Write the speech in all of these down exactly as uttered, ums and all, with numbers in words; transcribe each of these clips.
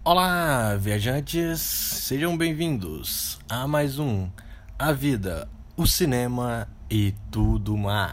Olá, viajantes, sejam bem-vindos a mais um A Vida, o Cinema e Tudo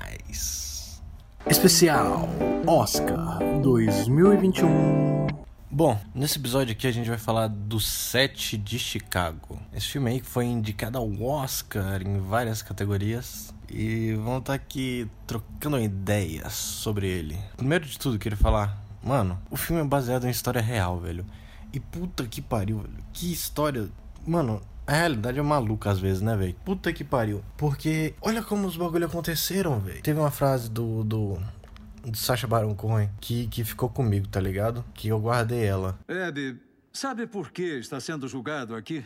Mais. Especial Oscar dois mil e vinte e um. Bom, nesse episódio aqui a gente vai falar do Sete de Chicago. Esse filme aí que foi indicado ao Oscar em várias categorias. E vamos estar aqui trocando ideias sobre ele. Primeiro de tudo, queria falar, mano, o filme é baseado em história real, velho. E puta que pariu, velho. Que história. Mano, a realidade é maluca às vezes, né, velho? Puta que pariu. Porque olha como os bagulho aconteceram, velho. Teve uma frase do... do... de Sacha Baron Cohen que, que ficou comigo, tá ligado? Que eu guardei ela. Ed, sabe por que está sendo julgado aqui?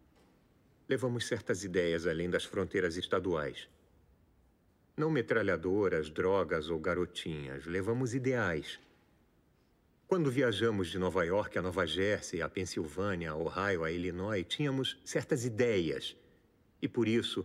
Levamos certas ideias além das fronteiras estaduais. Não metralhadoras, drogas ou garotinhas. Levamos ideais. Quando viajamos de Nova York a Nova Jersey, a Pensilvânia, a Ohio, a Illinois, tínhamos certas ideias. E por isso,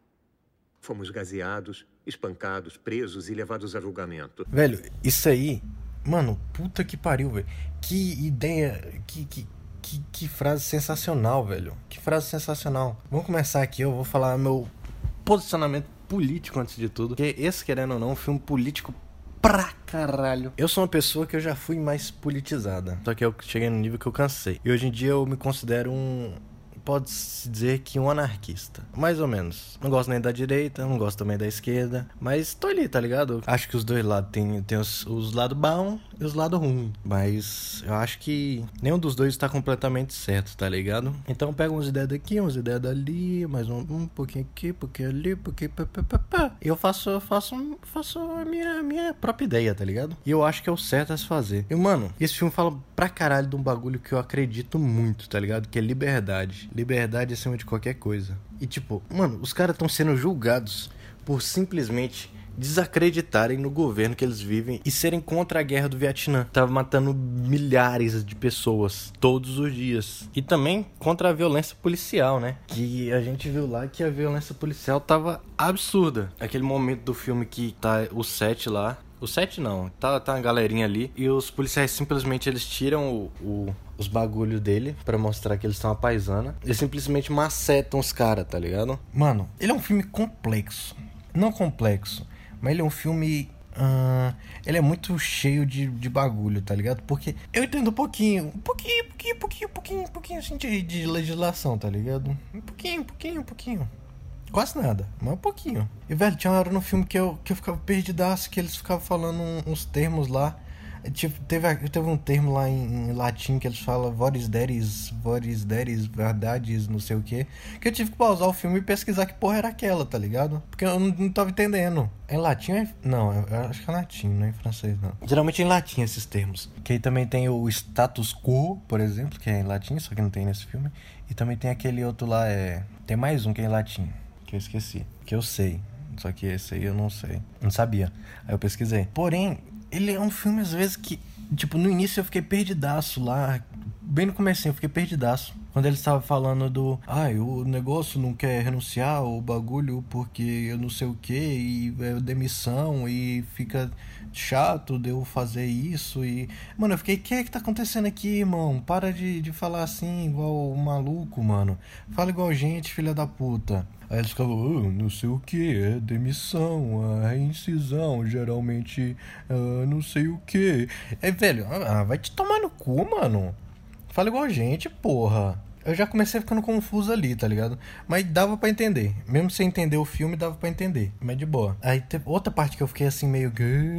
fomos gaseados, espancados, presos e levados a julgamento. Velho, isso aí... Mano, puta que pariu, velho. Que ideia... Que, que, que, que frase sensacional, velho. Que frase sensacional. Vamos começar aqui, eu vou falar meu posicionamento político antes de tudo. Porque esse, querendo ou não, é um filme político pra caralho. Eu sou uma pessoa que eu já fui mais politizada. Só que eu cheguei no nível que eu cansei. E hoje em dia eu me considero um... pode-se dizer que um anarquista. Mais ou menos. Não gosto nem da direita, não gosto também da esquerda. Mas tô ali, tá ligado? Acho que os dois lados tem, tem os, os lados bons e os lados ruins. Mas eu acho que nenhum dos dois tá completamente certo, tá ligado? Então eu pego umas ideias daqui, umas ideias dali, mais um, um pouquinho aqui, um pouquinho ali, um pouquinho... Pá, pá, pá, pá. E eu faço, eu faço, faço a minha, minha própria ideia, tá ligado? E eu acho que é o certo a se fazer. E, mano, esse filme fala pra caralho de um bagulho que eu acredito muito, tá ligado? Que é liberdade. Liberdade acima de qualquer coisa. E tipo, mano, os caras estão sendo julgados por simplesmente desacreditarem no governo que eles vivem e serem contra a guerra do Vietnã. Tava matando milhares de pessoas todos os dias. E também contra a violência policial, né? Que a gente viu lá que a violência policial tava absurda. Aquele momento do filme que tá o Sete lá. O Sete não, tá, tá uma galerinha ali. E os policiais simplesmente eles tiram o... o os bagulhos dele pra mostrar que eles são a paisana. Eles simplesmente macetam os caras, tá ligado? Mano, ele é um filme complexo. Não complexo, mas ele é um filme... Uh, ele é muito cheio de, de bagulho, tá ligado? Porque eu entendo um pouquinho, um pouquinho, pouquinho, pouquinho, pouquinho, pouquinho assim de, de legislação, tá ligado? Um pouquinho, um pouquinho, um pouquinho. Quase nada, mas um pouquinho. E, velho, tinha uma hora no filme que eu, que eu ficava perdidaço, que eles ficavam falando uns termos lá. Tipo, teve, teve um termo lá em, em latim que eles falam voris deris, voris deris, verdades, não sei o que. Que eu tive que pausar o filme e pesquisar que porra era aquela, tá ligado? Porque eu não, não tava entendendo. É em latim? É... Não, eu, eu acho que é latim, não é em francês, não. Geralmente é em latim esses termos. Que aí também tem o status quo, por exemplo, que é em latim, só que não tem nesse filme. E também tem aquele outro lá, é... Tem mais um que é em latim, que eu esqueci. Que eu sei, só que esse aí eu não sei. Não sabia. Aí eu pesquisei. Porém... Ele é um filme, às vezes, que... Tipo, no início eu fiquei perdidaço lá. Bem no comecinho eu fiquei perdidaço. Quando ele estava falando do... Ai, o negócio não quer renunciar o bagulho porque eu não sei o que. E é demissão e fica chato de eu fazer isso. E... Mano, eu fiquei... O que é que tá acontecendo aqui, irmão? Para de, de falar assim, igual um maluco, mano. Fala igual gente, filha da puta. Aí eles ficavam, oh, não sei o que, é demissão, a reincisão, geralmente, uh, não sei o que. É, velho, ah, vai te tomar no cu, mano. Fala igual a gente, porra. Eu já comecei ficando confuso ali, tá ligado? Mas dava pra entender. Mesmo sem entender o filme, dava pra entender. Mas de boa. Aí teve outra parte que eu fiquei assim meio...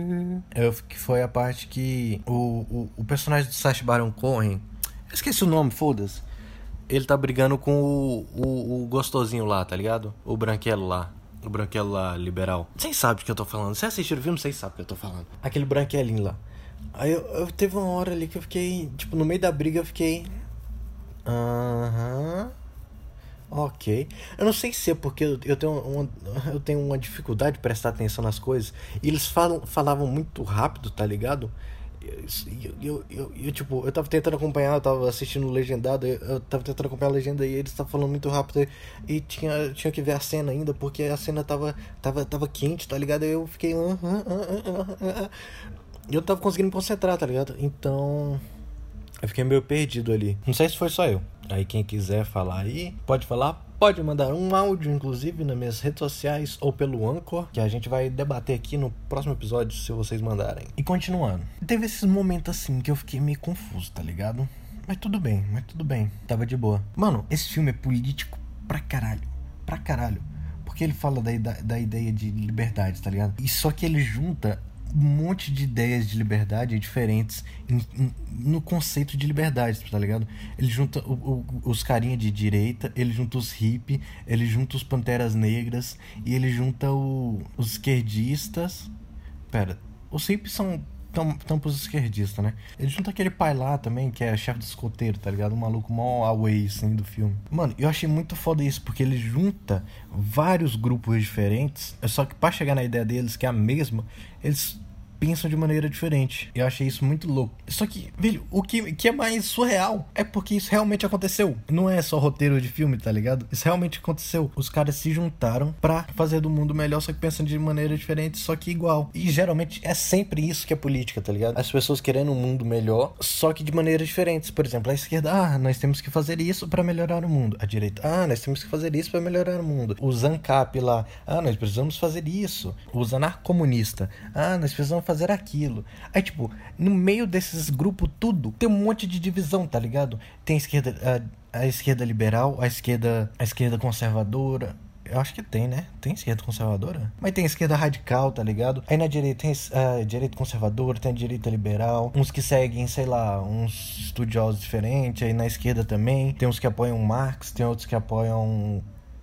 Eu, que foi a parte que o, o, o personagem do Sacha Baron Cohen... Eu esqueci o nome, foda-se. Ele tá brigando com o, o, o gostosinho lá, tá ligado? O branquelo lá. O branquelo lá, liberal. Vocês sabem do que eu tô falando. Você assistiu o filme, vocês sabem do que eu tô falando. Aquele branquelinho lá. Aí eu, eu teve uma hora ali que eu fiquei... Tipo, no meio da briga eu fiquei... Aham... Uh-huh. Ok. Eu não sei se é porque eu, eu, tenho uma, eu tenho uma dificuldade de prestar atenção nas coisas. E eles falam, falavam muito rápido, tá ligado? Eu, eu, eu, eu, tipo, eu tava tentando acompanhar, eu tava assistindo legendado, eu, eu tava tentando acompanhar a legenda e eles estavam falando muito rápido e, e tinha, tinha que ver a cena ainda, porque a cena tava, tava, tava quente, tá ligado? Aí eu fiquei... Uh, uh, uh, uh, uh, uh. Eu tava conseguindo me concentrar, tá ligado? Então... Eu fiquei meio perdido ali. Não sei se foi só eu. Aí quem quiser falar aí, pode falar. Pode mandar um áudio, inclusive, nas minhas redes sociais ou pelo Anchor, que a gente vai debater aqui no próximo episódio, se vocês mandarem. E continuando. Teve esses momentos assim que eu fiquei meio confuso, tá ligado? Mas tudo bem, mas tudo bem. Tava de boa. Mano, esse filme é político pra caralho. Pra caralho. Porque ele fala da, da ideia de liberdade, tá ligado? E só que ele junta um monte de ideias de liberdade diferentes em, em, no conceito de liberdade, tá ligado? Ele junta o, o, os carinha de direita, ele junta os hippie, ele junta os panteras negras e ele junta o, os esquerdistas. Pera, os hippies são tão, tão pros esquerdistas, né? Ele junta aquele pai lá também, que é chefe do escoteiro, tá ligado? Um maluco mó away, assim, do filme. Mano, eu achei muito foda isso, porque ele junta vários grupos diferentes, só que pra chegar na ideia deles, que é a mesma, eles pensam de maneira diferente. Eu achei isso muito louco. Só que, velho, o que, que é mais surreal é porque isso realmente aconteceu. Não é só roteiro de filme, tá ligado? Isso realmente aconteceu. Os caras se juntaram pra fazer do mundo melhor, só que pensando de maneira diferente, só que igual. E geralmente é sempre isso que é política, tá ligado? As pessoas querendo um mundo melhor, só que de maneiras diferentes. Por exemplo, a esquerda, ah, nós temos que fazer isso pra melhorar o mundo. A direita, ah, nós temos que fazer isso pra melhorar o mundo. O ANCAP lá, ah, nós precisamos fazer isso. Os anarcomunistas, ah, nós precisamos fazer fazer aquilo. Aí, tipo, no meio desses grupos tudo, tem um monte de divisão, tá ligado? Tem a esquerda, a, a esquerda liberal, a esquerda, a esquerda conservadora. Eu acho que tem, né? Tem esquerda conservadora? Mas tem esquerda radical, tá ligado? Aí na direita tem a direita conservadora, tem a direita liberal. Uns que seguem, sei lá, uns estudiosos diferentes. Aí na esquerda também. Tem uns que apoiam Marx, tem outros que apoiam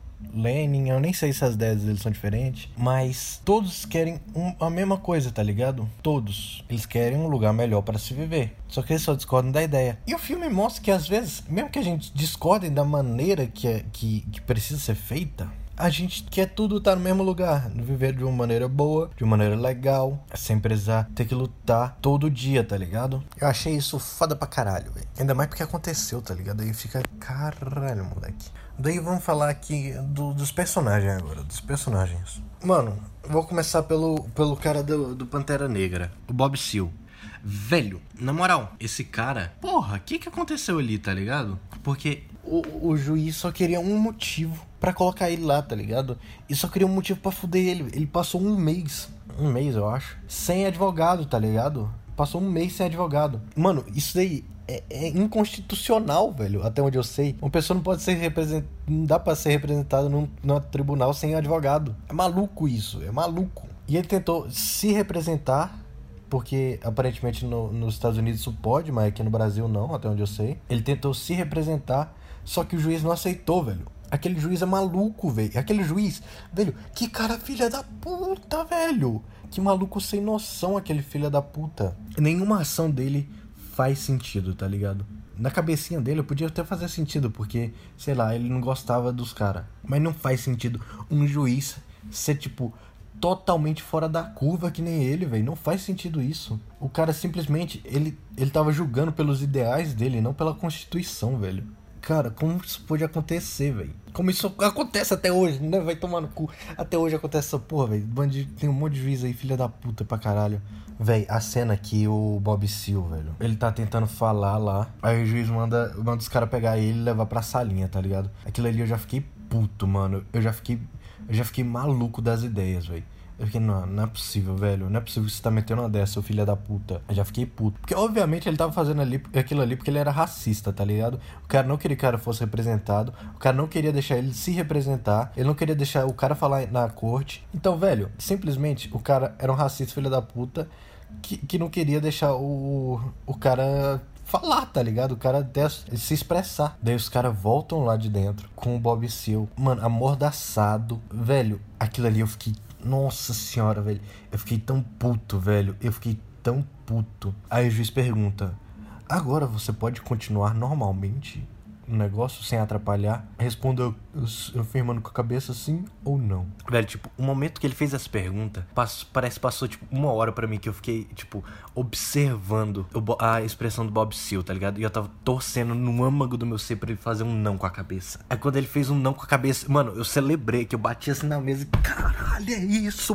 Lenin. Eu nem sei se as ideias deles são diferentes, mas todos querem um, a mesma coisa, tá ligado? Todos. Eles querem um lugar melhor para se viver. Só que eles só discordam da ideia. E o filme mostra que às vezes, mesmo que a gente discorde da maneira que, é, que, que precisa ser feita, a gente quer tudo estar no mesmo lugar, viver de uma maneira boa, de uma maneira legal, sem precisar ter que lutar todo dia, tá ligado? Eu achei isso foda pra caralho, velho. Ainda mais porque aconteceu, tá ligado? Aí fica, caralho, moleque. Daí vamos falar aqui do, dos personagens agora, dos personagens. Mano, vou começar pelo, pelo cara do, do Pantera Negra, o Bob Seale. Velho, na moral, esse cara, porra, o que que aconteceu ali, tá ligado? Porque o, o juiz só queria um motivo pra colocar ele lá, tá ligado? E só queria um motivo pra fuder ele. Ele passou um mês, um mês eu acho, sem advogado, tá ligado? Passou um mês sem advogado. Mano, isso daí é, é inconstitucional, velho, até onde eu sei. Uma pessoa não pode ser representada, não dá pra ser representada num, num tribunal sem advogado. É maluco isso, é maluco. E ele tentou se representar, porque aparentemente no, nos Estados Unidos isso pode, mas aqui no Brasil não, até onde eu sei. Ele tentou se representar, só que o juiz não aceitou, velho. Aquele juiz é maluco, velho. Aquele juiz, velho, que cara filha da puta, velho. Que maluco sem noção aquele filho da puta. Nenhuma ação dele faz sentido, tá ligado? Na cabecinha dele eu podia até fazer sentido, porque, sei lá, ele não gostava dos caras. Mas não faz sentido um juiz ser, tipo, totalmente fora da curva que nem ele, velho. Não faz sentido isso. O cara simplesmente, ele, ele tava julgando pelos ideais dele, não pela Constituição, velho. Cara, como isso pode acontecer, velho? Como isso acontece até hoje, né? Vai tomar no cu. Até hoje acontece essa porra, velho. Tem um monte de juiz aí, filha da puta pra caralho. Velho, a cena aqui, o Bob Seale, velho, ele tá tentando falar lá. Aí o juiz manda, manda os caras pegar ele e levar pra salinha, tá ligado? Aquilo ali eu já fiquei puto, mano. Eu já fiquei, eu já fiquei maluco das ideias, velho. Eu fiquei, não, não é possível, velho. Não é possível que você tá metendo uma dessa, seu filho da puta. Eu já fiquei puto. Porque, obviamente, ele tava fazendo ali, aquilo ali porque ele era racista, tá ligado? O cara não queria que o cara fosse representado. O cara não queria deixar ele se representar. Ele não queria deixar o cara falar na corte. Então, velho, simplesmente, o cara era um racista, filho da puta, que, que não queria deixar o, o cara falar, tá ligado? O cara até se expressar. Daí os caras voltam lá de dentro com o Bob Seale. Mano, amordaçado. Velho, aquilo ali eu fiquei... Nossa senhora, velho. Eu fiquei tão puto, velho. Eu fiquei tão puto. Aí o juiz pergunta: agora você pode continuar normalmente no negócio sem atrapalhar? Responda afirmando com a cabeça sim ou não. Velho, tipo, o momento que ele fez essa pergunta, passou, parece que passou, tipo, uma hora pra mim, que eu fiquei, tipo, observando a expressão do Bob Seale, tá ligado? E eu tava torcendo no âmago do meu ser pra ele fazer um não com a cabeça. Aí quando ele fez um não com a cabeça, mano, eu celebrei, que eu bati assim na mesa e, caralho, é isso,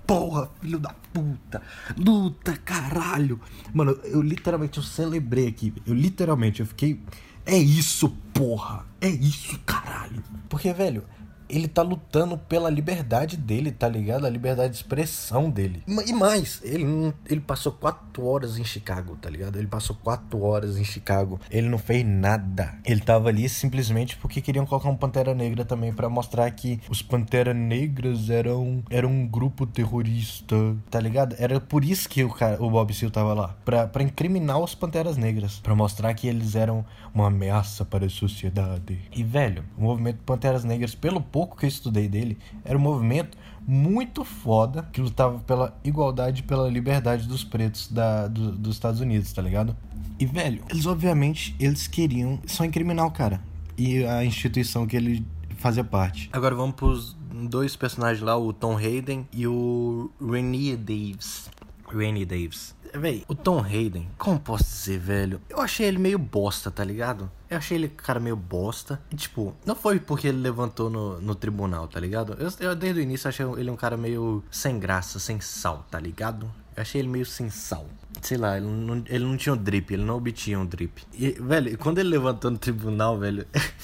porra, filho da puta. Luta, caralho. Mano, eu literalmente, eu celebrei aqui. Eu literalmente, eu fiquei... É isso, porra. É isso, caralho. Porque, velho... Ele tá lutando pela liberdade dele, tá ligado? A liberdade de expressão dele. E mais, ele, não, ele passou quatro horas em Chicago, tá ligado? Ele passou quatro horas em Chicago. Ele não fez nada. Ele tava ali simplesmente porque queriam colocar um Pantera Negra também pra mostrar que os Pantera Negras eram, eram um grupo terrorista, tá ligado? Era por isso que o, cara, o Bob Seale tava lá. Pra, pra incriminar os Panteras Negras. Pra mostrar que eles eram uma ameaça para a sociedade. E, velho, o movimento Panteras Negras, pelo pouco que eu estudei dele, era um movimento muito foda que lutava pela igualdade e pela liberdade dos pretos da, do, dos Estados Unidos, tá ligado? E, velho, eles obviamente, eles queriam só incriminar o cara e a instituição que ele fazia parte. Agora vamos pros dois personagens lá, o Tom Hayden e o Rennie Davis. Rennie Davis. Véi, o Tom Hayden, como posso dizer, velho? Eu achei ele meio bosta, tá ligado? Eu achei ele cara meio bosta. E, tipo, não foi porque ele levantou no, no tribunal, tá ligado? Eu, eu desde o início achei ele um cara meio sem graça, sem sal, tá ligado? Eu achei ele meio sem sal. Sei lá, ele não, ele não tinha um drip, ele não obtinha um drip. E, velho, quando ele levantou no tribunal, velho...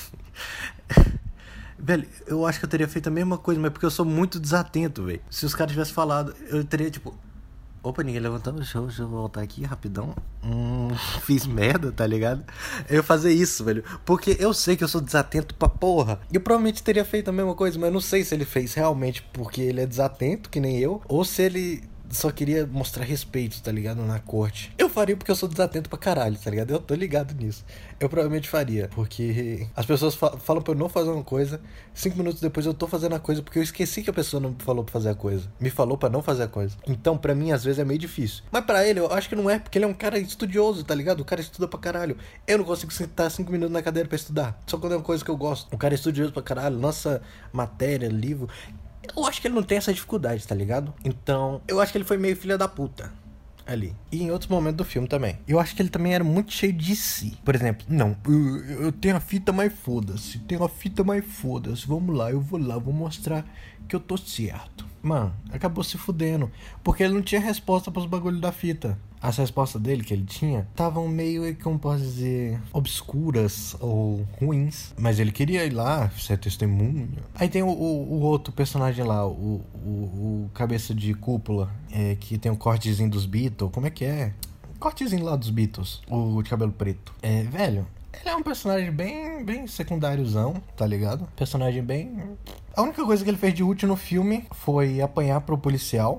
Velho, eu acho que eu teria feito a mesma coisa, mas porque eu sou muito desatento, velho. Se os caras tivessem falado, eu teria, tipo... Opa, ninguém levantando, deixa eu, deixa eu voltar aqui rapidão. Hum, fiz merda, tá ligado? Eu ia fazer isso, velho. Porque eu sei que eu sou desatento pra porra. Eu provavelmente teria feito a mesma coisa, mas eu não sei se ele fez realmente porque ele é desatento, que nem eu, ou se ele só queria mostrar respeito, tá ligado? Na corte. Eu faria porque eu sou desatento pra caralho, tá ligado? Eu tô ligado nisso. Eu provavelmente faria, porque as pessoas fa- falam pra eu não fazer uma coisa, cinco minutos depois eu tô fazendo a coisa porque eu esqueci que a pessoa não falou pra fazer a coisa. Me falou pra não fazer a coisa. Então, pra mim, às vezes é meio difícil. Mas pra ele, eu acho que não é, porque ele é um cara estudioso, tá ligado? O cara estuda pra caralho. Eu não consigo sentar cinco minutos na cadeira pra estudar. Só quando é uma coisa que eu gosto. O cara é estudioso pra caralho, lança matéria, livro... Eu acho que ele não tem essa dificuldade, tá ligado? Então, eu acho que ele foi meio filha da puta ali. E em outros momentos do filme também. Eu acho que ele também era muito cheio de si. Por exemplo, não, eu, eu tenho a fita, mas foda-se. Tenho a fita, mas foda-se. Vamos lá, eu vou lá, vou mostrar que eu tô certo. Mano, acabou se fudendo. Porque ele não tinha resposta pros bagulhos da fita. As respostas dele que ele tinha estavam meio, como posso dizer, obscuras ou ruins. Mas ele queria ir lá, ser testemunha. Aí tem o, o, o outro personagem lá, o, o, o cabeça de cúpula, é, que tem o cortezinho dos Beatles. Como é que é? Cortezinho lá dos Beatles, o de cabelo preto. É, velho, ele é um personagem bem, bem secundáriozão, tá ligado? Personagem bem... A única coisa que ele fez de útil no filme foi apanhar pro policial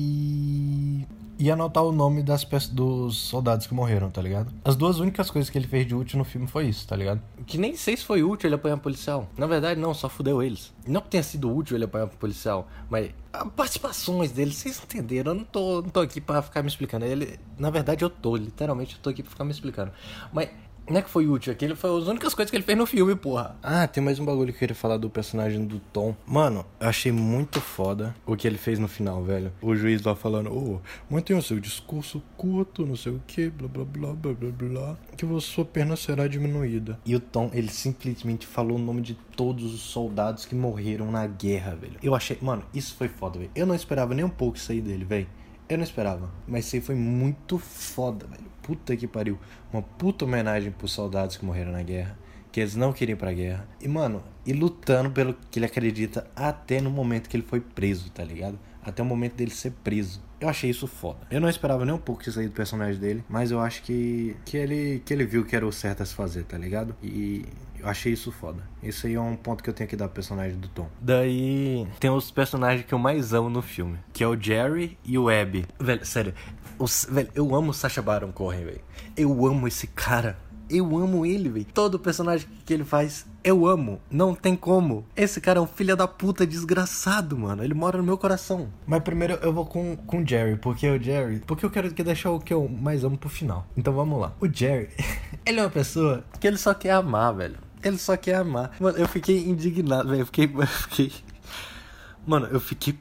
e... e anotar o nome das pe... dos soldados que morreram, tá ligado? As duas únicas coisas que ele fez de útil no filme foi isso, tá ligado? Que nem sei se foi útil ele apanhar pro policial. Na verdade, não, só fudeu eles. Não que tenha sido útil ele apanhar pro policial, mas as participações dele, vocês entenderam? Eu não tô, não tô aqui pra ficar me explicando. Ele, na verdade, eu tô, literalmente, eu tô aqui pra ficar me explicando. Mas... não é que foi útil, aquilo foi as únicas coisas que ele fez no filme, porra. Ah, tem mais um bagulho que eu queria falar do personagem do Tom. Mano, eu achei muito foda o que ele fez no final, velho. O juiz lá falando, ô, oh, mantenha o seu discurso curto, não sei o que, blá blá blá blá blá blá, que a sua pena será diminuída. E o Tom, ele simplesmente falou o nome de todos os soldados que morreram na guerra, velho. Eu achei, mano, isso foi foda, velho. Eu não esperava nem um pouco isso aí dele, velho. Eu não esperava, mas isso aí foi muito foda, velho. Puta que pariu. Uma puta homenagem pros soldados que morreram na guerra, que eles não queriam ir pra guerra. E, mano, e lutando pelo que ele acredita até no momento que ele foi preso, tá ligado? Até o momento dele ser preso. Eu achei isso foda. Eu não esperava nem um pouco isso aí do personagem dele, mas eu acho que, que, ele, que ele viu que era o certo a se fazer, tá ligado? E... eu achei isso foda. Isso aí é um ponto que eu tenho que dar pro personagem do Tom. Daí tem os personagens que eu mais amo no filme, que é o Jerry e o Abby. Velho, sério, os, velho, eu amo o Sacha Baron Cohen, velho. Eu amo esse cara. Eu amo ele, velho. Todo personagem que ele faz, eu amo. Não tem como. Esse cara é um filho da puta desgraçado, mano. Ele mora no meu coração. Mas primeiro eu vou com, com o Jerry. Porque o Jerry... porque eu quero que deixar o que eu mais amo pro final. Então vamos lá. O Jerry, ele é uma pessoa que ele só quer amar, velho. Ele só quer amar. Mano, eu fiquei indignado, velho. Eu fiquei... Eu fiquei... Mano, eu fiquei...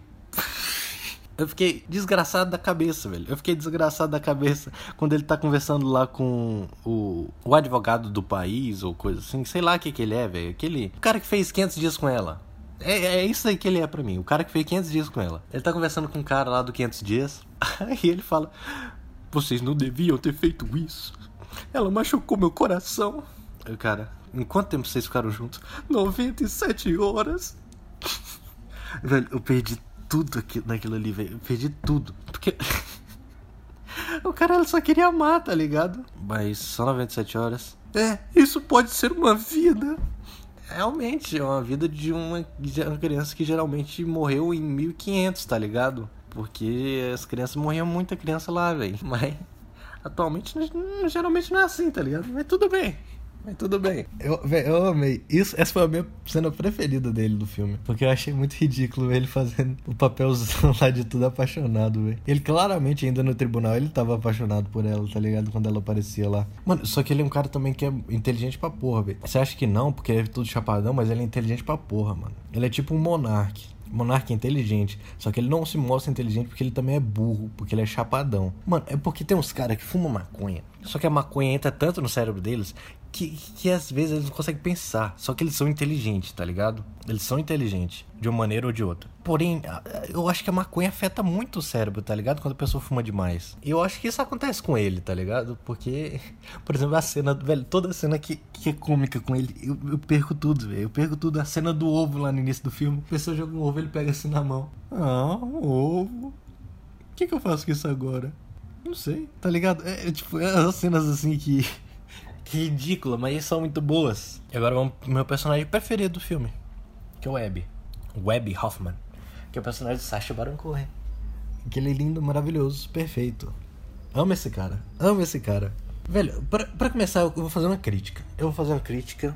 Eu fiquei desgraçado da cabeça, velho. Eu fiquei desgraçado da cabeça quando ele tá conversando lá com o, o advogado do país ou coisa assim. Sei lá o que que ele é, velho. Aquele... o cara que fez quinhentos dias com ela. É, é isso aí que ele é pra mim. O cara que fez quinhentos dias com ela. Ele tá conversando com um cara lá do quinhentos dias. Aí ele fala: vocês não deviam ter feito isso. Ela machucou meu coração. Aí o cara: em quanto tempo vocês ficaram juntos? noventa e sete horas. Velho, eu perdi tudo aqui, naquilo ali, velho. Eu perdi tudo. Porque o cara ele só queria amar, tá ligado? Mas só noventa e sete horas. É, isso pode ser uma vida. Realmente, é uma vida de uma, de uma criança que geralmente morreu em mil e quinhentos, tá ligado? Porque as crianças morriam muita criança lá, velho. Mas atualmente geralmente não é assim, tá ligado? Mas tudo bem. Mas tudo bem. Eu, véio, eu amei. Isso, essa foi a minha cena preferida dele do filme. Porque eu achei muito ridículo ele fazendo o papelzão lá de tudo apaixonado, velho. Ele claramente, ainda no tribunal, ele tava apaixonado por ela, tá ligado? Quando ela aparecia lá. Mano, só que ele é um cara também que é inteligente pra porra, velho. Você acha que não, porque ele é tudo chapadão, mas ele é inteligente pra porra, mano. Ele é tipo um monarque. Monarca é inteligente, só que ele não se mostra inteligente porque ele também é burro, porque ele é chapadão. Mano, é porque tem uns caras que fumam maconha, só que a maconha entra tanto no cérebro deles que, que às vezes eles não conseguem pensar. Só que eles são inteligentes, tá ligado? Eles são inteligentes, de uma maneira ou de outra. Porém, eu acho que a maconha afeta muito o cérebro, tá ligado? Quando a pessoa fuma demais. E eu acho que isso acontece com ele, tá ligado? Porque, por exemplo, a cena, velho, toda a cena que, que é cômica com ele, eu, eu perco tudo, velho. Eu perco tudo. A cena do ovo lá no início do filme. A pessoa joga um ovo, ele pega assim na mão. Ah, um ovo. O que que eu faço com isso agora? Não sei, tá ligado? É, é tipo, é as cenas assim que... Que ridícula, mas são muito boas. E agora vamos pro meu personagem preferido do filme, que é o Webb. Webb Hoffman, que é o personagem de Sacha Baron Cohen. Aquele lindo, maravilhoso, perfeito. Amo esse cara, amo esse cara. Velho, pra, pra começar, eu vou fazer uma crítica. Eu vou fazer uma crítica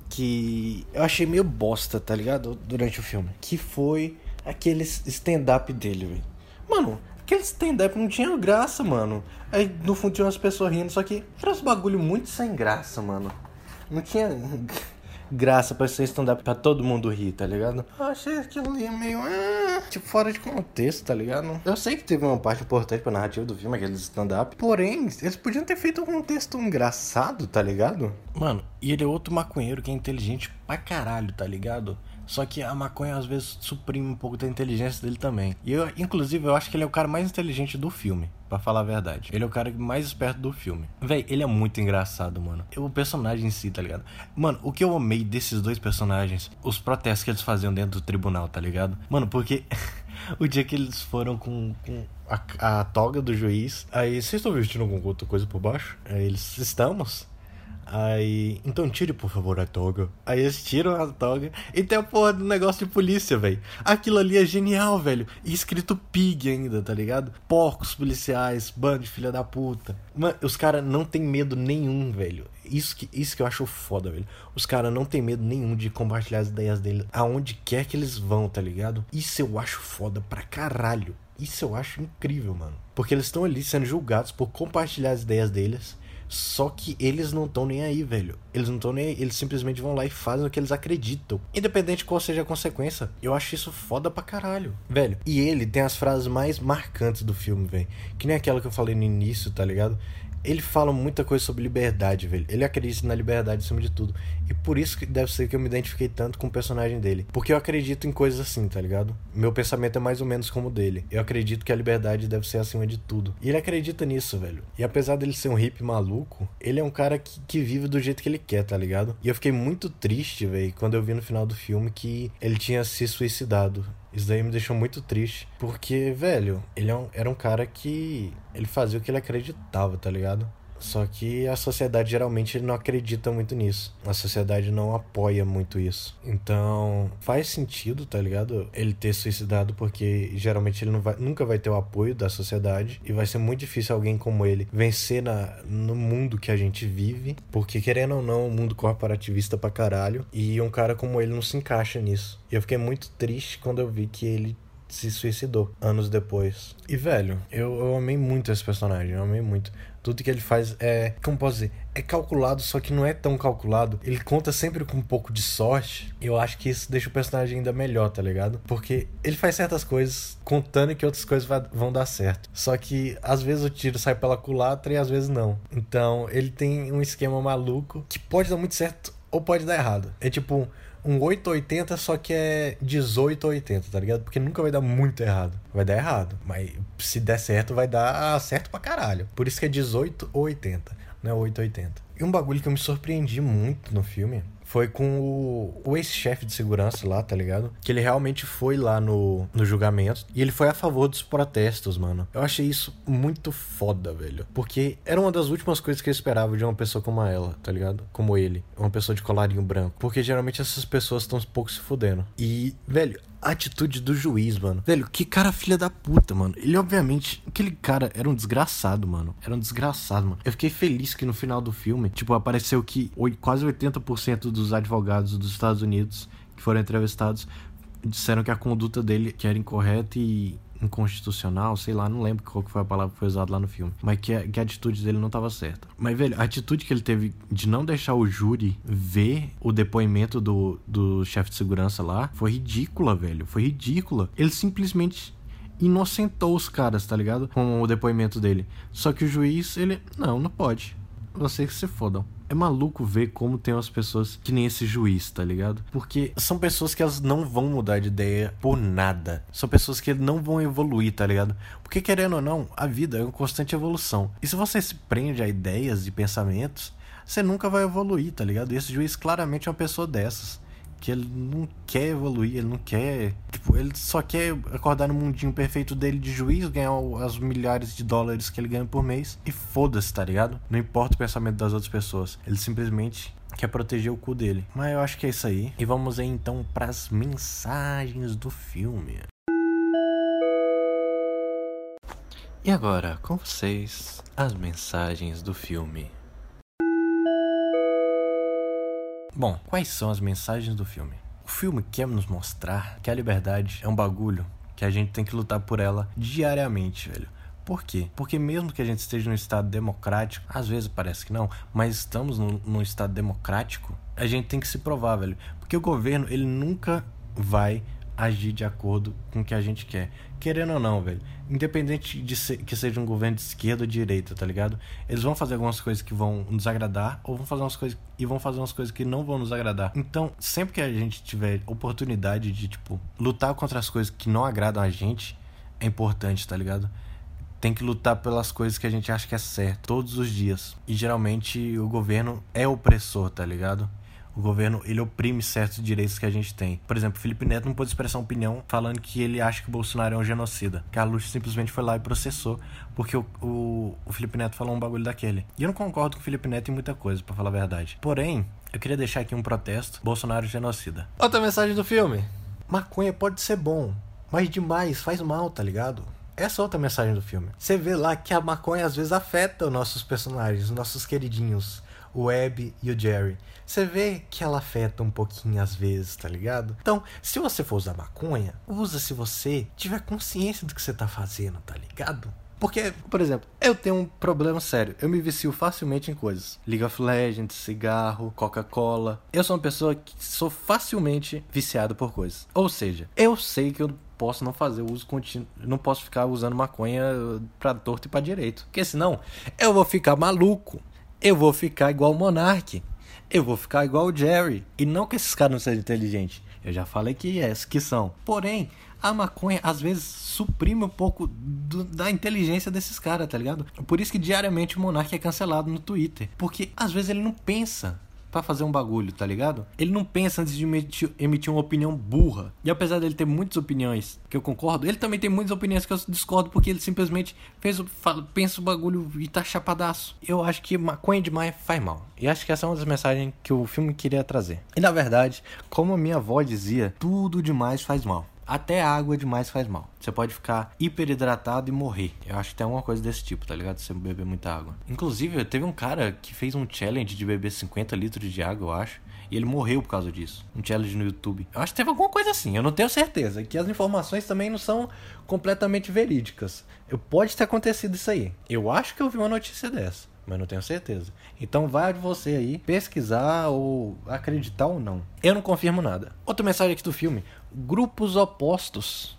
que eu achei meio bosta, tá ligado? Durante o filme. Que foi aquele stand-up dele, velho. Mano, aquele stand-up não tinha graça, mano. Aí no fundo tinha umas pessoas rindo, só que era uns bagulho muito sem graça, mano. Não tinha graça pra ser stand-up pra todo mundo rir, tá ligado? Eu achei aquilo ali meio... Ah, tipo, fora de contexto, tá ligado? Eu sei que teve uma parte importante pra narrativa do filme, aquele stand-up. Porém, eles podiam ter feito um texto engraçado, tá ligado? Mano, e ele é outro maconheiro que é inteligente pra caralho, tá ligado? Só que a maconha às vezes suprime um pouco da inteligência dele também. E eu, inclusive, eu acho que ele é o cara mais inteligente do filme, pra falar a verdade. Ele é o cara mais esperto do filme. Véi, ele é muito engraçado, mano. O personagem em si, tá ligado? Mano, o que eu amei desses dois personagens, os protestos que eles faziam dentro do tribunal, tá ligado? Mano, porque o dia que eles foram com, com a, a toga do juiz, aí, vocês estão vestindo alguma outra coisa por baixo? Aí eles, estamos... Aí, então tire por favor a toga. Aí eles tiram a toga e tem a porra do negócio de polícia, velho. Aquilo ali é genial, velho. E escrito pig ainda, tá ligado? Porcos policiais, bando de filha da puta. Mano, os caras não tem medo nenhum, velho. Isso que, isso que eu acho foda, velho. Os caras não tem medo nenhum de compartilhar as ideias deles aonde quer que eles vão, tá ligado? Isso eu acho foda pra caralho. Isso eu acho incrível, mano. Porque eles estão ali sendo julgados por compartilhar as ideias deles. Só que eles não estão nem aí, velho. Eles não estão nem aí. Eles simplesmente vão lá e fazem o que eles acreditam. Independente de qual seja a consequência. Eu acho isso foda pra caralho, velho. E ele tem as frases mais marcantes do filme, velho. Que nem aquela que eu falei no início, tá ligado? Ele fala muita coisa sobre liberdade, velho. Ele acredita na liberdade acima de tudo. E por isso que deve ser que eu me identifiquei tanto com o personagem dele. Porque eu acredito em coisas assim, tá ligado? Meu pensamento é mais ou menos como o dele. Eu acredito que a liberdade deve ser acima de tudo. E ele acredita nisso, velho. E apesar dele ser um hippie maluco, ele é um cara que, que vive do jeito que ele quer, tá ligado? E eu fiquei muito triste, velho, quando eu vi no final do filme que ele tinha se suicidado. Isso daí me deixou muito triste. Porque, velho, ele é um, era um cara que... Ele fazia o que ele acreditava, tá ligado? Só que a sociedade geralmente não acredita muito nisso. A sociedade não apoia muito isso. Então, faz sentido, tá ligado? Ele ter suicidado, porque geralmente ele não vai, nunca vai ter o apoio da sociedade. E vai ser muito difícil alguém como ele vencer na, no mundo que a gente vive. Porque, querendo ou não, o mundo corporativista pra caralho. E um cara como ele não se encaixa nisso. E eu fiquei muito triste quando eu vi que ele se suicidou anos depois. E, velho, eu, eu amei muito esse personagem. Eu amei muito. Tudo que ele faz é, como posso dizer, é calculado, só que não é tão calculado. Ele conta sempre com um pouco de sorte. E eu acho que isso deixa o personagem ainda melhor, tá ligado? Porque ele faz certas coisas contando que outras coisas vai, vão dar certo. Só que às vezes o tiro sai pela culatra e às vezes não. Então ele tem um esquema maluco que pode dar muito certo ou pode dar errado. É tipo um, um oito oitenta, só que é dezoito oitenta, tá ligado? Porque nunca vai dar muito errado. Vai dar errado, mas se der certo, vai dar certo pra caralho. Por isso que é dezoito oitenta, não é oito oitenta. E um bagulho que eu me surpreendi muito no filme foi com o, o ex-chefe de segurança lá, tá ligado? Que ele realmente foi lá no, no julgamento e ele foi a favor dos protestos, mano. Eu achei isso muito foda, velho. Porque era uma das últimas coisas que eu esperava de uma pessoa como ela, tá ligado? Como ele. Uma pessoa de colarinho branco. Porque geralmente essas pessoas estão um pouco se fudendo. E, velho, a atitude do juiz, mano. Velho, que cara filha da puta, mano. Ele, obviamente, aquele cara era um desgraçado, mano. Era um desgraçado, mano. Eu fiquei feliz que no final do filme, tipo, apareceu que quase oitenta por cento dos advogados dos Estados Unidos que foram entrevistados disseram que a conduta dele que era incorreta e inconstitucional, sei lá, não lembro qual que foi a palavra que foi usada lá no filme, mas que a, que a atitude dele não tava certa. Mas, velho, a atitude que ele teve de não deixar o júri ver o depoimento do, do chefe de segurança lá foi ridícula, velho, foi ridícula. Ele simplesmente inocentou os caras, tá ligado? Com o depoimento dele. Só que o juiz, ele, não, não pode. Vocês que se fodam. É maluco ver como tem umas pessoas que nem esse juiz, tá ligado? Porque são pessoas que elas não vão mudar de ideia por nada. São pessoas que não vão evoluir, tá ligado? Porque, querendo ou não, a vida é uma constante evolução. E se você se prende a ideias e pensamentos, você nunca vai evoluir, tá ligado? E esse juiz claramente é uma pessoa dessas. Que ele não quer evoluir, ele não quer... Tipo, ele só quer acordar no mundinho perfeito dele de juiz, ganhar as milhares de dólares que ele ganha por mês. E foda-se, tá ligado? Não importa o pensamento das outras pessoas. Ele simplesmente quer proteger o cu dele. Mas eu acho que é isso aí. E vamos aí, então, pras mensagens do filme. E agora, com vocês, as mensagens do filme. Bom, quais são as mensagens do filme? O filme quer nos mostrar que a liberdade é um bagulho que a gente tem que lutar por ela diariamente, velho. Por quê? Porque mesmo que a gente esteja num estado democrático, às vezes parece que não, mas estamos num, num estado democrático, a gente tem que se provar, velho. Porque o governo, ele nunca vai agir de acordo com o que a gente quer. Querendo ou não, velho. Independente de ser, que seja um governo de esquerda ou de direita, tá ligado? Eles vão fazer algumas coisas que vão nos agradar, ou vão fazer umas coisas e vão fazer umas coisas que não vão nos agradar. Então, sempre que a gente tiver oportunidade de, tipo, lutar contra as coisas que não agradam a gente, é importante, tá ligado? Tem que lutar pelas coisas que a gente acha que é certo, todos os dias. E geralmente o governo é opressor, tá ligado? O governo, ele oprime certos direitos que a gente tem. Por exemplo, o Felipe Neto não pôde expressar uma opinião falando que ele acha que o Bolsonaro é um genocida. Carluxo simplesmente foi lá e processou porque o, o, o Felipe Neto falou um bagulho daquele. E eu não concordo com o Felipe Neto em muita coisa, pra falar a verdade. Porém, eu queria deixar aqui um protesto. Bolsonaro é genocida. Outra mensagem do filme. Maconha pode ser bom, mas demais faz mal, tá ligado? Essa é outra mensagem do filme. Você vê lá que a maconha às vezes afeta os nossos personagens, os nossos queridinhos, o Abby e o Jerry. Você vê que ela afeta um pouquinho às vezes, tá ligado? Então, se você for usar maconha, usa se você tiver consciência do que você tá fazendo, tá ligado? Porque, por exemplo, eu tenho um problema sério. Eu me vicio facilmente em coisas. League of Legends, cigarro, Coca-Cola. Eu sou uma pessoa que sou facilmente viciado por coisas. Ou seja, eu sei que eu posso não fazer uso contínuo. Não posso ficar usando maconha pra torto e pra direito. Porque senão, eu vou ficar maluco. Eu vou ficar igual o Monark. Eu vou ficar igual o Jerry. E não que esses caras não sejam inteligentes. Eu já falei que é, que são. Porém, a maconha às vezes suprime um pouco do, da inteligência desses caras, tá ligado? Por isso que diariamente o Monark é cancelado no Twitter. Porque às vezes ele não pensa pra fazer um bagulho, tá ligado? Ele não pensa antes de emitir, emitir uma opinião burra. E apesar dele ter muitas opiniões que eu concordo, ele também tem muitas opiniões que eu discordo, porque ele simplesmente fez o, fala, pensa o bagulho e tá chapadaço. Eu acho que maconha demais faz mal. E acho que essa é uma das mensagens que o filme queria trazer. E na verdade, como a minha avó dizia, tudo demais faz mal. Até água demais faz mal. Você pode ficar hiperidratado e morrer. Eu acho que tem alguma coisa desse tipo, tá ligado? Se você beber muita água. Inclusive, teve um cara que fez um challenge de beber cinquenta litros de água, eu acho. E ele morreu por causa disso. Um challenge no YouTube. Eu acho que teve alguma coisa assim. Eu não tenho certeza. Que as informações também não são completamente verídicas. Eu, pode ter acontecido isso aí. Eu acho que eu vi uma notícia dessa, mas não tenho certeza. Então vai de você aí pesquisar ou acreditar ou não. Eu não confirmo nada. Outra mensagem aqui do filme. Grupos opostos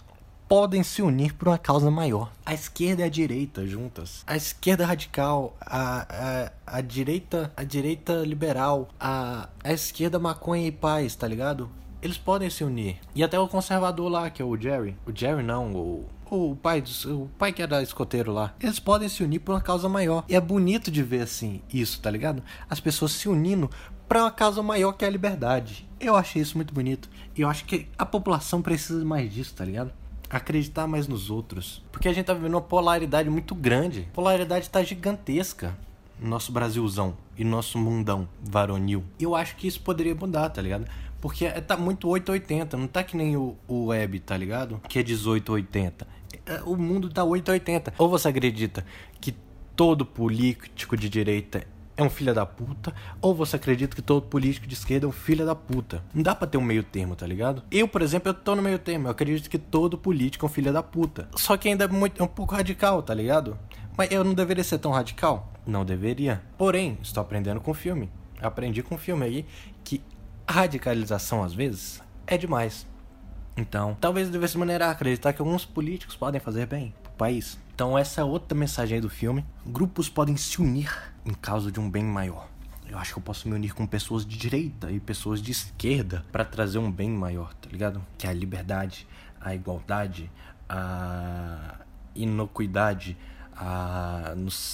podem se unir por uma causa maior. A esquerda e a direita juntas. A esquerda radical, a, a, a direita a direita liberal, a, a esquerda maconha e paz, tá ligado? Eles podem se unir. E até o conservador lá, que é o Jerry. O Jerry não, o... O pai, o pai que era escoteiro lá. Eles podem se unir por uma causa maior. E é bonito de ver assim, isso, tá ligado? As pessoas se unindo pra uma causa maior que é a liberdade. Eu achei isso muito bonito. E eu acho que a população precisa mais disso, tá ligado? Acreditar mais nos outros. Porque a gente tá vivendo uma polaridade muito grande. A polaridade tá gigantesca no nosso Brasilzão e no nosso mundão varonil. E eu acho que isso poderia mudar, tá ligado? Porque tá muito oito ou oitenta, não tá que nem o, o web, tá ligado? Que é dezoito ou oitenta. O mundo tá oito ou oitenta. Ou você acredita que todo político de direita é um filho da puta, ou você acredita que todo político de esquerda é um filho da puta. Não dá pra ter um meio termo, tá ligado? Eu, por exemplo, eu tô no meio termo. Eu acredito que todo político é um filho da puta. Só que ainda é, muito, é um pouco radical, tá ligado? Mas eu não deveria ser tão radical? Não deveria. Porém, estou aprendendo com o filme. Aprendi com o filme aí que a radicalização, às vezes, é demais. Então, talvez eu devesse maneirar acreditar que alguns políticos podem fazer bem pro país. Então, essa é outra mensagem aí do filme. Grupos podem se unir em causa de um bem maior. Eu acho que eu posso me unir com pessoas de direita e pessoas de esquerda pra trazer um bem maior, tá ligado? Que é a liberdade, a igualdade, a inocuidade, a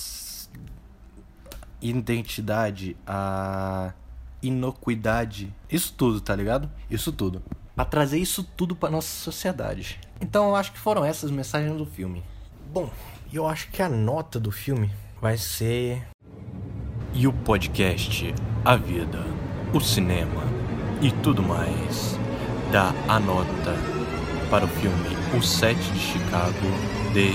identidade, a inocuidade. Isso tudo, tá ligado? Isso tudo. Pra trazer isso tudo pra nossa sociedade. Então eu acho que foram essas mensagens do filme. Bom, eu acho que a nota do filme vai ser... E o podcast, a vida, o cinema e tudo mais dá a nota para o filme O Sete de Chicago de...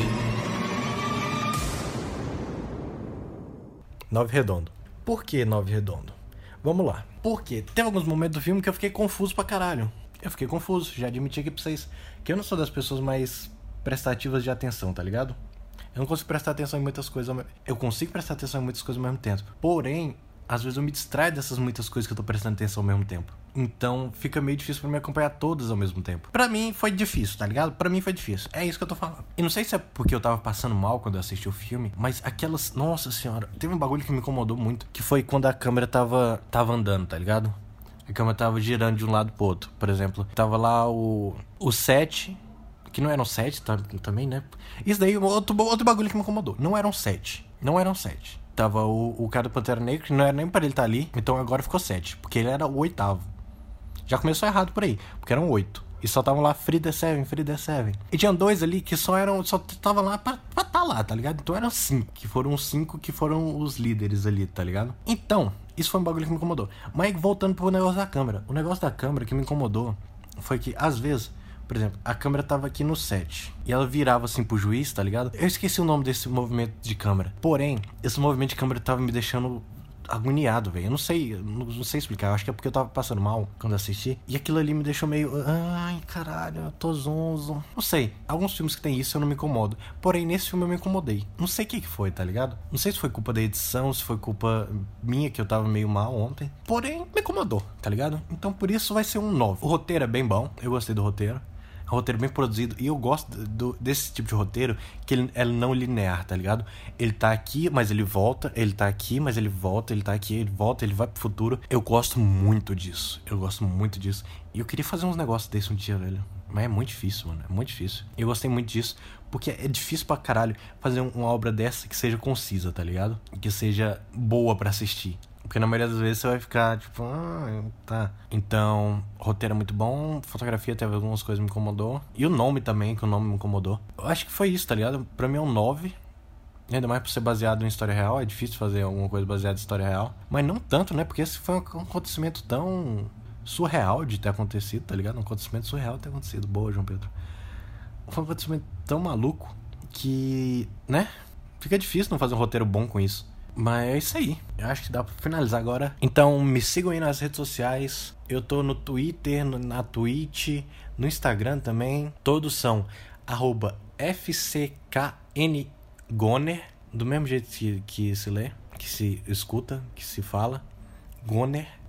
Nove Redondo. Por que Nove Redondo? Vamos lá. Porque tem alguns momentos do filme que eu fiquei confuso pra caralho. Eu fiquei confuso, já admiti aqui pra vocês que eu não sou das pessoas mais prestativas de atenção, tá ligado? Eu não consigo prestar atenção em muitas coisas. Eu consigo prestar atenção em muitas coisas ao mesmo tempo. Porém, às vezes eu me distraio dessas muitas coisas que eu tô prestando atenção ao mesmo tempo. Então, fica meio difícil pra mim acompanhar todas ao mesmo tempo. Pra mim, foi difícil, tá ligado? Pra mim foi difícil. É isso que eu tô falando. E não sei se é porque eu tava passando mal quando eu assisti o filme, mas aquelas... Nossa senhora, teve um bagulho que me incomodou muito, que foi quando a câmera tava, tava andando, tá ligado? A câmera tava girando de um lado pro outro. Por exemplo, tava lá o... O sete... Que não eram sete tá, também, né? Isso daí, outro, outro bagulho que me incomodou. Não eram sete. Não eram sete. Tava o, o cara do Pantera Negra, que não era nem pra ele estar ali. Então agora ficou sete. Porque ele era o oitavo. Já começou errado por aí. Porque eram oito. E só estavam lá Free the Seven, Free the Seven. E tinha dois ali que só eram... Só tava lá pra estar tá lá, tá ligado? Então eram cinco. Que foram os cinco que foram os líderes ali, tá ligado? Então, isso foi um bagulho que me incomodou. Mas voltando pro negócio da câmera. O negócio da câmera que me incomodou foi que, às vezes... Por exemplo, a câmera tava aqui no set e ela virava assim pro juiz, tá ligado? Eu esqueci o nome desse movimento de câmera. Porém, esse movimento de câmera tava me deixando agoniado, velho. Eu não sei, não, não sei explicar. Eu acho que é porque eu tava passando mal quando assisti. E aquilo ali me deixou meio... Ai, caralho, eu tô zonzo. Não sei. Alguns filmes que tem isso eu não me incomodo. Porém, nesse filme eu me incomodei. Não sei o que que foi, tá ligado? Não sei se foi culpa da edição, se foi culpa minha, que eu tava meio mal ontem. Porém, me incomodou, tá ligado? Então, por isso vai ser um nove. O roteiro é bem bom. Eu gostei do roteiro. É um roteiro bem produzido. E eu gosto do, desse tipo de roteiro, que ele é não linear, tá ligado? Ele tá aqui, mas ele volta. Ele tá aqui, mas ele volta. Ele tá aqui, ele volta, ele vai pro futuro. Eu gosto muito disso. Eu gosto muito disso. E eu queria fazer uns negócios desses um dia, velho. Mas é muito difícil, mano. É muito difícil. Eu gostei muito disso. Porque é difícil pra caralho fazer uma obra dessa que seja concisa, tá ligado? Que seja boa pra assistir. Porque na maioria das vezes você vai ficar tipo, ah, tá. Então, roteiro é muito bom, fotografia teve algumas coisas que me incomodou. E o nome também, que o nome me incomodou. Eu acho que foi isso, tá ligado? Pra mim é um nove. Ainda mais por ser baseado em história real. É difícil fazer alguma coisa baseada em história real. Mas não tanto, né? Porque esse foi um acontecimento tão surreal de ter acontecido, tá ligado? Um acontecimento surreal de ter acontecido. Boa, João Pedro. Foi um acontecimento tão maluco que, né? Fica difícil não fazer um roteiro bom com isso. Mas é isso aí. Eu acho que dá pra finalizar agora. Então me sigam aí nas redes sociais. Eu tô no Twitter, no, na Twitch, no Instagram também. Todos são arroba F C K N Goner. Do mesmo jeito que, que se lê, que se escuta, que se fala. Goner.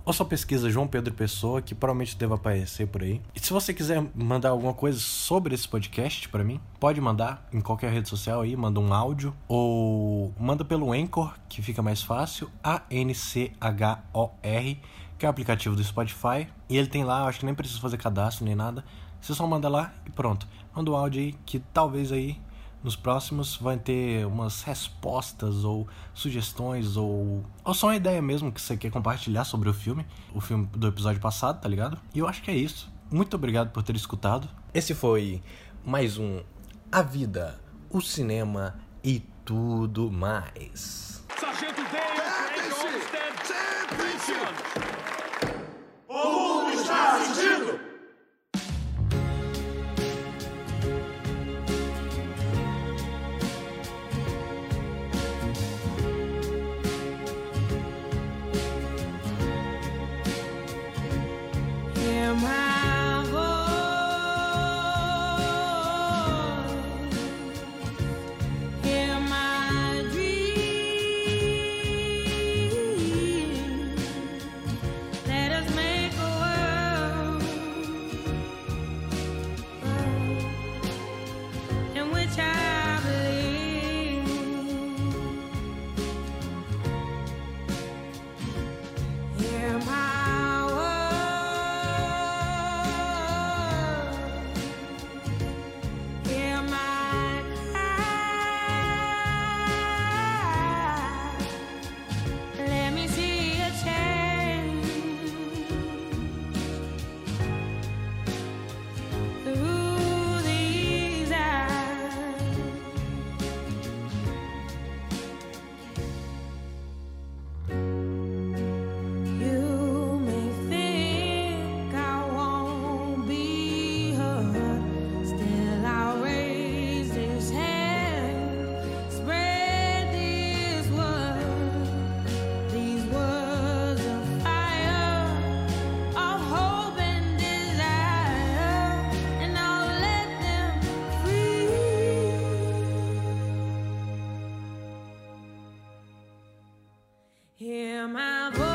ou só pesquisa João Pedro Pessoa, que provavelmente deve aparecer por aí. E se você quiser mandar alguma coisa sobre esse podcast pra mim, pode mandar em qualquer rede social aí, manda um áudio, ou manda pelo Anchor, que fica mais fácil, A N C H O R, que é o aplicativo do Spotify, e ele tem lá, acho que nem precisa fazer cadastro nem nada, você só manda lá e pronto. Manda um áudio aí, que talvez aí nos próximos vai ter umas respostas ou sugestões ou, ou só uma ideia mesmo que você quer compartilhar sobre o filme, o filme do episódio passado, tá ligado? E eu acho que é isso. Muito obrigado por ter escutado. Esse foi mais um A Vida, o Cinema e Tudo Mais. Sargento Dale, Frank Olmsted, vinte anos. O mundo está assistindo! Hear my voice.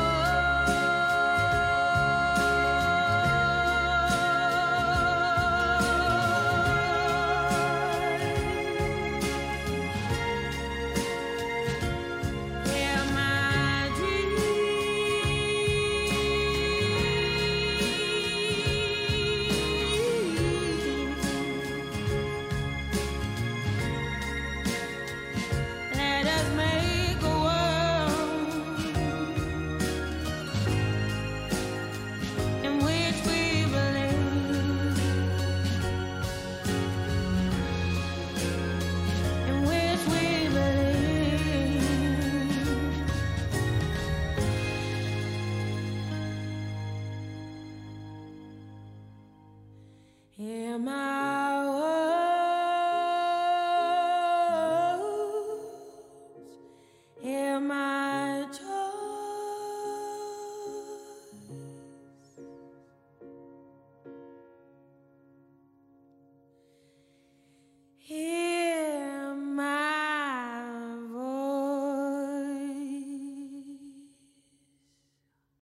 Hear my dreams. Let us make a world in which we believe, in which we believe. Hear my